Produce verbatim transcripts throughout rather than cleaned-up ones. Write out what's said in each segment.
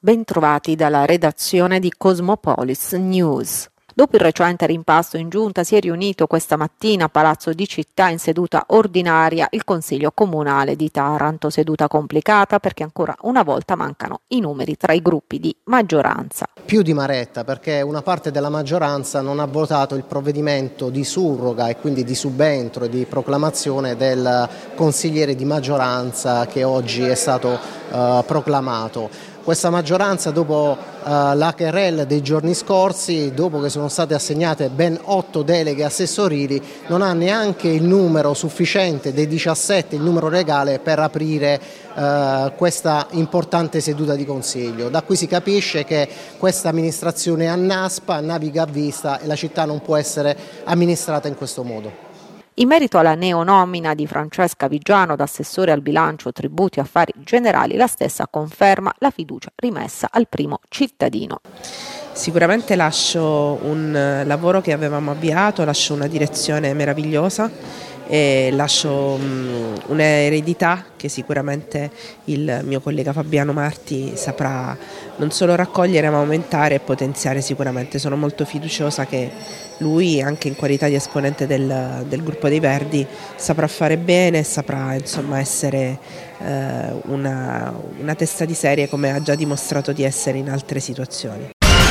Bentrovati dalla redazione di Cosmopolis News. Dopo il recente rimpasto in giunta si è riunito questa mattina a Palazzo di Città in seduta ordinaria il Consiglio Comunale di Taranto, seduta complicata perché ancora una volta mancano i numeri tra i gruppi di maggioranza. Più di Maretta, perché una parte della maggioranza non ha votato il provvedimento di surroga e quindi di subentro e di proclamazione del consigliere di maggioranza che oggi è stato uh, proclamato. Questa maggioranza, dopo uh, la querela dei giorni scorsi, dopo che sono state assegnate ben otto deleghe assessorili, non ha neanche il numero sufficiente dei diciassette, il numero legale per aprire uh, questa importante seduta di consiglio. Da qui si capisce che questa amministrazione annaspa, naviga a vista e la città non può essere amministrata in questo modo. In merito alla neonomina di Francesca Vigiano da assessore al bilancio, tributi e affari generali, la stessa conferma la fiducia rimessa al primo cittadino. Sicuramente lascio un lavoro che avevamo avviato, lascio una direzione meravigliosa e lascio um, un'eredità che sicuramente il mio collega Fabiano Marti saprà non solo raccogliere ma aumentare e potenziare sicuramente. Sono molto fiduciosa che lui, anche in qualità di esponente del, del gruppo dei Verdi, saprà fare bene e saprà insomma essere eh, una, una testa di serie come ha già dimostrato di essere in altre situazioni.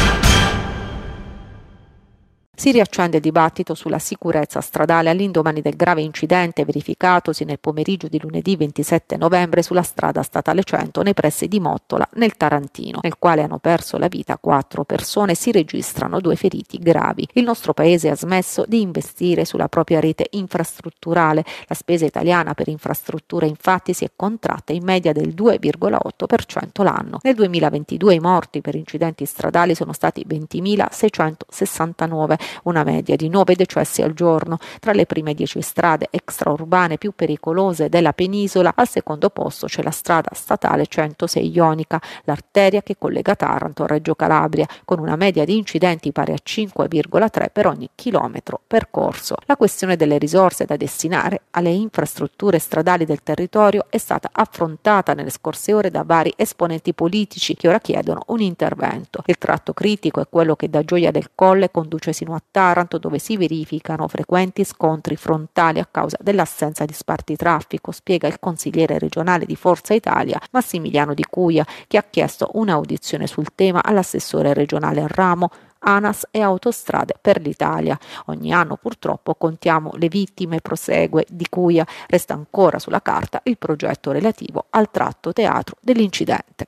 Si riaccende il dibattito sulla sicurezza stradale all'indomani del grave incidente verificatosi nel pomeriggio di lunedì ventisette novembre sulla strada statale cento nei pressi di Mottola, nel Tarantino, nel quale hanno perso la vita quattro persone e si registrano due feriti gravi. Il nostro paese ha smesso di investire sulla propria rete infrastrutturale. La spesa italiana per infrastrutture infatti si è contratta in media del due virgola otto per cento l'anno. Nel duemilaventidue i morti per incidenti stradali sono stati ventimilaseicentosessantanove, una media di nove decessi al giorno. Tra le prime dieci strade extraurbane più pericolose della penisola, al secondo posto c'è la strada statale centosei Ionica, l'arteria che collega Taranto a Reggio Calabria, con una media di incidenti pari a cinque virgola tre per ogni chilometro percorso. La questione delle risorse da destinare alle infrastrutture stradali del territorio è stata affrontata nelle scorse ore da vari esponenti politici che ora chiedono un intervento. Il tratto critico è quello che da Gioia del Colle conduce sino a Taranto, dove si verificano frequenti scontri frontali a causa dell'assenza di spartitraffico, spiega il consigliere regionale di Forza Italia Massimiliano Di Cuia, che ha chiesto un'audizione sul tema all'assessore regionale al ramo, ANAS e Autostrade per l'Italia. Ogni anno purtroppo contiamo le vittime, prosegue Di Cuia. Resta ancora sulla carta il progetto relativo al tratto teatro dell'incidente.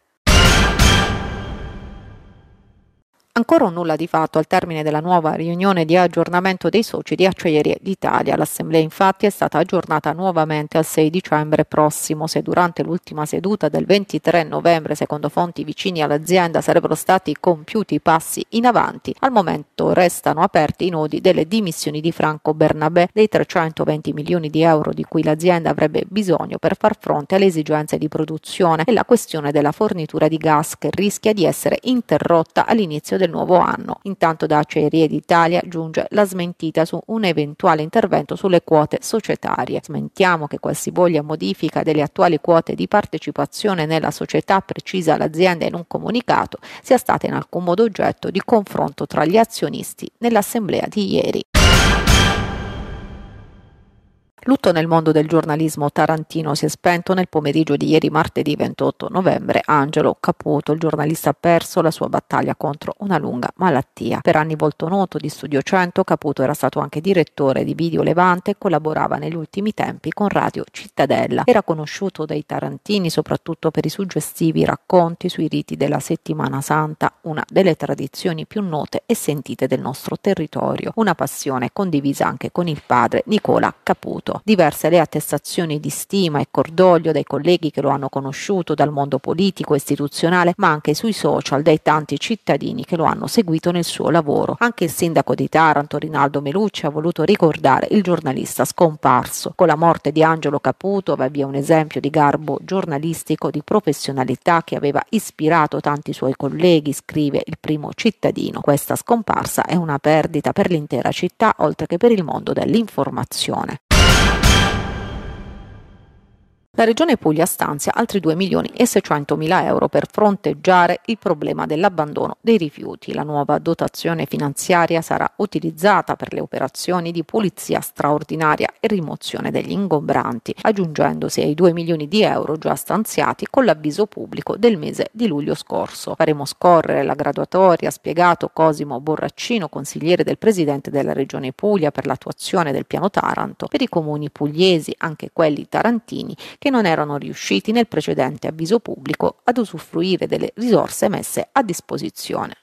Ancora un nulla di fatto al termine della nuova riunione di aggiornamento dei soci di Acciaierie d'Italia. L'assemblea infatti è stata aggiornata nuovamente al sei dicembre prossimo. Se durante l'ultima seduta del ventitré novembre, secondo fonti vicini all'azienda, sarebbero stati compiuti passi in avanti, al momento restano aperti i nodi delle dimissioni di Franco Bernabé, dei trecentoventi milioni di euro di cui l'azienda avrebbe bisogno per far fronte alle esigenze di produzione, e la questione della fornitura di gas che rischia di essere interrotta all'inizio del del nuovo anno. Intanto da Acciaierie d'Italia giunge la smentita su un eventuale intervento sulle quote societarie. Smentiamo che qualsivoglia modifica delle attuali quote di partecipazione nella società, precisa l'azienda in un comunicato, sia stata in alcun modo oggetto di confronto tra gli azionisti nell'assemblea di ieri. Lutto nel mondo del giornalismo tarantino. Si è spento nel pomeriggio di ieri, martedì ventotto novembre, Angelo Caputo. Il giornalista ha perso la sua battaglia contro una lunga malattia. Per anni volto noto di Studio cento, Caputo era stato anche direttore di Video Levante e collaborava negli ultimi tempi con Radio Cittadella. Era conosciuto dai tarantini soprattutto per i suggestivi racconti sui riti della Settimana Santa, una delle tradizioni più note e sentite del nostro territorio. Una passione condivisa anche con il padre Nicola Caputo. Diverse le attestazioni di stima e cordoglio dai colleghi che lo hanno conosciuto, dal mondo politico e istituzionale, ma anche sui social dai tanti cittadini che lo hanno seguito nel suo lavoro. Anche il sindaco di Taranto, Rinaldo Melucci, ha voluto ricordare il giornalista scomparso. Con la morte di Angelo Caputo va via un esempio di garbo giornalistico, di professionalità che aveva ispirato tanti suoi colleghi, scrive il Primo Cittadino. Questa scomparsa è una perdita per l'intera città, oltre che per il mondo dell'informazione. La Regione Puglia stanzia altri due milioni e seicentomila euro per fronteggiare il problema dell'abbandono dei rifiuti. La nuova dotazione finanziaria sarà utilizzata per le operazioni di pulizia straordinaria e rimozione degli ingombranti, aggiungendosi ai due milioni di euro già stanziati con l'avviso pubblico del mese di luglio scorso. Faremo scorrere la graduatoria, ha spiegato Cosimo Borraccino, consigliere del Presidente della Regione Puglia per l'attuazione del Piano Taranto, per i comuni pugliesi, anche quelli tarantini, che non erano riusciti nel precedente avviso pubblico ad usufruire delle risorse messe a disposizione.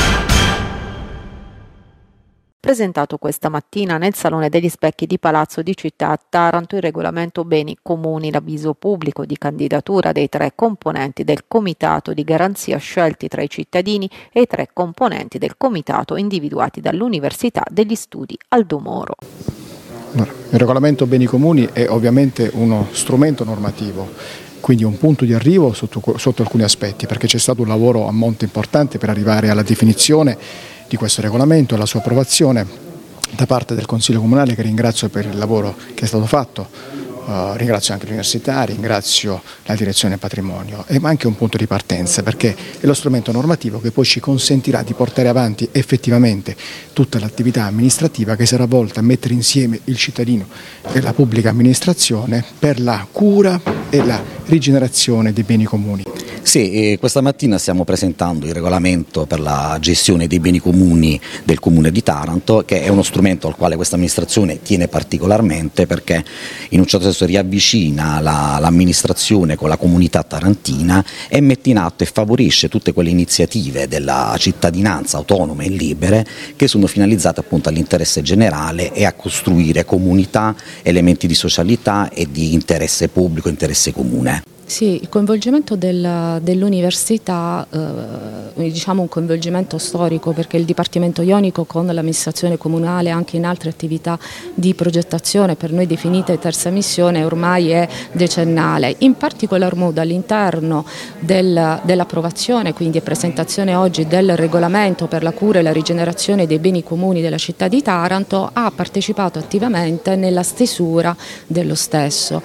Presentato questa mattina nel Salone degli Specchi di Palazzo di Città a Taranto il regolamento beni comuni, l'avviso pubblico di candidatura dei tre componenti del comitato di garanzia scelti tra i cittadini e i tre componenti del comitato individuati dall'Università degli Studi Aldo Moro. Il regolamento beni comuni è ovviamente uno strumento normativo, quindi un punto di arrivo sotto, sotto alcuni aspetti, perché c'è stato un lavoro a monte importante per arrivare alla definizione di questo regolamento e alla sua approvazione da parte del Consiglio Comunale, che ringrazio per il lavoro che è stato fatto. Uh, ringrazio anche l'università, ringrazio la direzione patrimonio, e ma anche un punto di partenza, perché è lo strumento normativo che poi ci consentirà di portare avanti effettivamente tutta l'attività amministrativa che sarà volta a mettere insieme il cittadino e la pubblica amministrazione per la cura e la rigenerazione dei beni comuni. Sì, eh, questa mattina stiamo presentando il regolamento per la gestione dei beni comuni del Comune di Taranto, che è uno strumento al quale questa amministrazione tiene particolarmente, perché in un certo senso riavvicina la, l'amministrazione con la comunità tarantina e mette in atto e favorisce tutte quelle iniziative della cittadinanza autonome e libere che sono finalizzate appunto all'interesse generale e a costruire comunità, elementi di socialità e di interesse pubblico, interesse comune. Sì, il coinvolgimento del, dell'università, eh, diciamo un coinvolgimento storico, perché il Dipartimento Ionico con l'amministrazione comunale anche in altre attività di progettazione per noi definite terza missione ormai è decennale, in particolar modo all'interno del, dell'approvazione, quindi presentazione oggi del regolamento per la cura e la rigenerazione dei beni comuni della città di Taranto, ha partecipato attivamente nella stesura dello stesso.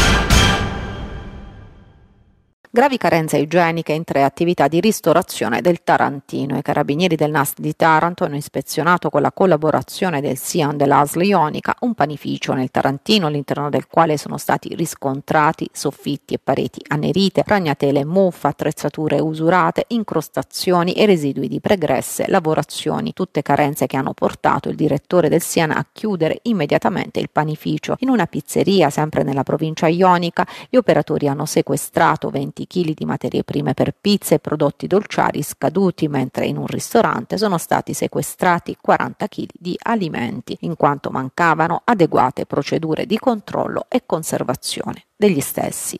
Gravi carenze igieniche in tre attività di ristorazione del Tarantino. I carabinieri del N A S di Taranto hanno ispezionato con la collaborazione del S I A N dell'A S L Ionica un panificio nel Tarantino, all'interno del quale sono stati riscontrati soffitti e pareti annerite, ragnatele muffa, attrezzature usurate, incrostazioni e residui di pregresse lavorazioni. Tutte carenze che hanno portato il direttore del S I A N a chiudere immediatamente il panificio. In una pizzeria, sempre nella provincia ionica, gli operatori hanno sequestrato venti chili di materie prime per pizze e prodotti dolciari scaduti, mentre in un ristorante sono stati sequestrati quaranta chili di alimenti, in quanto mancavano adeguate procedure di controllo e conservazione degli stessi.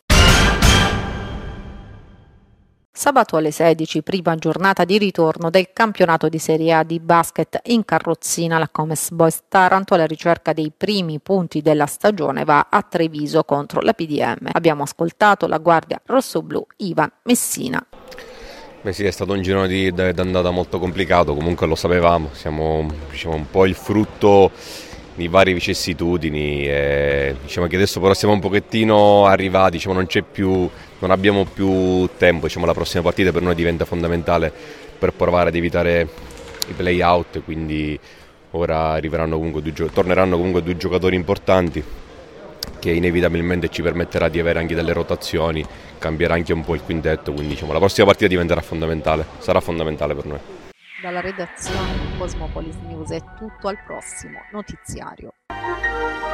Sabato alle sedici, prima giornata di ritorno del campionato di Serie A di basket in carrozzina. La Comes Boys Taranto, alla ricerca dei primi punti della stagione, va a Treviso contro la P D M. Abbiamo ascoltato la guardia rossoblù Ivan Messina. Beh sì, è stato un girone di, d'andata molto complicato, comunque lo sapevamo, siamo diciamo, un po' il frutto di varie vicissitudini e diciamo che adesso però siamo un pochettino arrivati, diciamo, non c'è più, non abbiamo più tempo, diciamo, la prossima partita per noi diventa fondamentale per provare ad evitare i play out, quindi ora arriveranno comunque due, torneranno comunque due giocatori importanti che inevitabilmente ci permetterà di avere anche delle rotazioni, cambierà anche un po' il quintetto, quindi diciamo, la prossima partita diventerà fondamentale, sarà fondamentale per noi. Dalla redazione di Cosmopolis News è tutto, al prossimo notiziario.